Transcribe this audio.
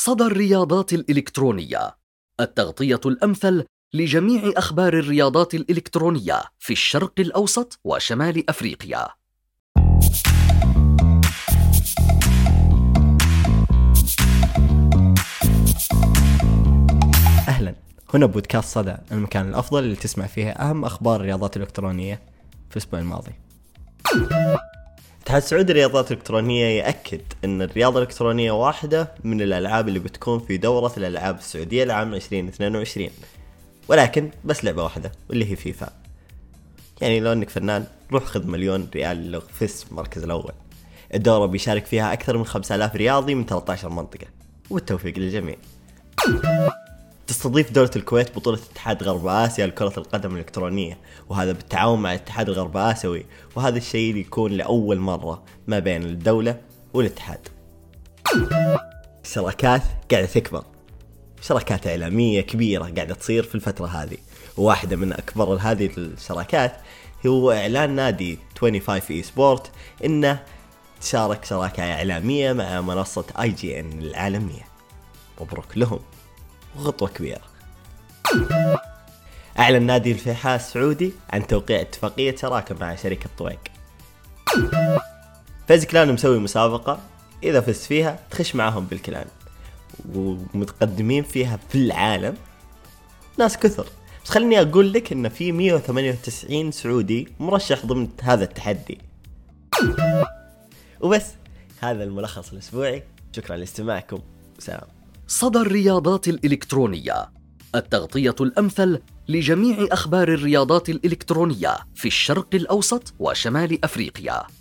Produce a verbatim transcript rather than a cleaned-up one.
صدى الرياضات الإلكترونية، التغطية الأمثل لجميع أخبار الرياضات الإلكترونية في الشرق الأوسط وشمال أفريقيا. أهلا، هنا بودكاست صدى، المكان الأفضل اللي تسمع فيه أهم أخبار الرياضات الإلكترونية في الأسبوع الماضي. الاتحاد السعودي للرياضات الإلكترونية يأكد أن الرياضة الإلكترونية واحدة من الألعاب اللي بتكون في دورة الألعاب السعودية لعام عشرين اثنين وعشرين، ولكن بس لعبة واحدة واللي هي فيفا. يعني لو أنك فنان روح خذ مليون ريال لو فزت المركز الأول. الدورة بيشارك فيها أكثر من خمسة آلاف رياضي من ثلاثة عشر منطقة، والتوفيق للجميع. تستضيف دولة الكويت بطولة اتحاد غرب آسيا لكرة القدم الإلكترونية، وهذا بالتعاون مع الاتحاد الغرب آسيوي، وهذا الشيء يكون لأول مرة ما بين الدولة والاتحاد. الشراكات قاعدة تكبر، شراكات إعلامية كبيرة قاعدة تصير في الفترة هذه، وواحدة من أكبر هذه الشراكات هو إعلان نادي خمسة وعشرين إي سبورت إنه تشارك شراكة إعلامية مع منصة آي جي إن العالمية. مبروك لهم، خطوة كبيرة. أعلن نادي الفيحاء السعودي عن توقيع اتفاقية شراكة مع شركة طويق. فاز كلان مسوي مسابقة، إذا فزت فيها تخش معهم بالكلان، ومتقدمين فيها في العالم ناس كثر. بس خليني أقول لك إن في مئة وثمانية وتسعين سعودي مرشح ضمن هذا التحدي. وبس، هذا الملخص الأسبوعي. شكرا لاستماعكم، سلام. صدى الرياضات الإلكترونية، التغطية الأمثل لجميع أخبار الرياضات الإلكترونية في الشرق الأوسط وشمال أفريقيا.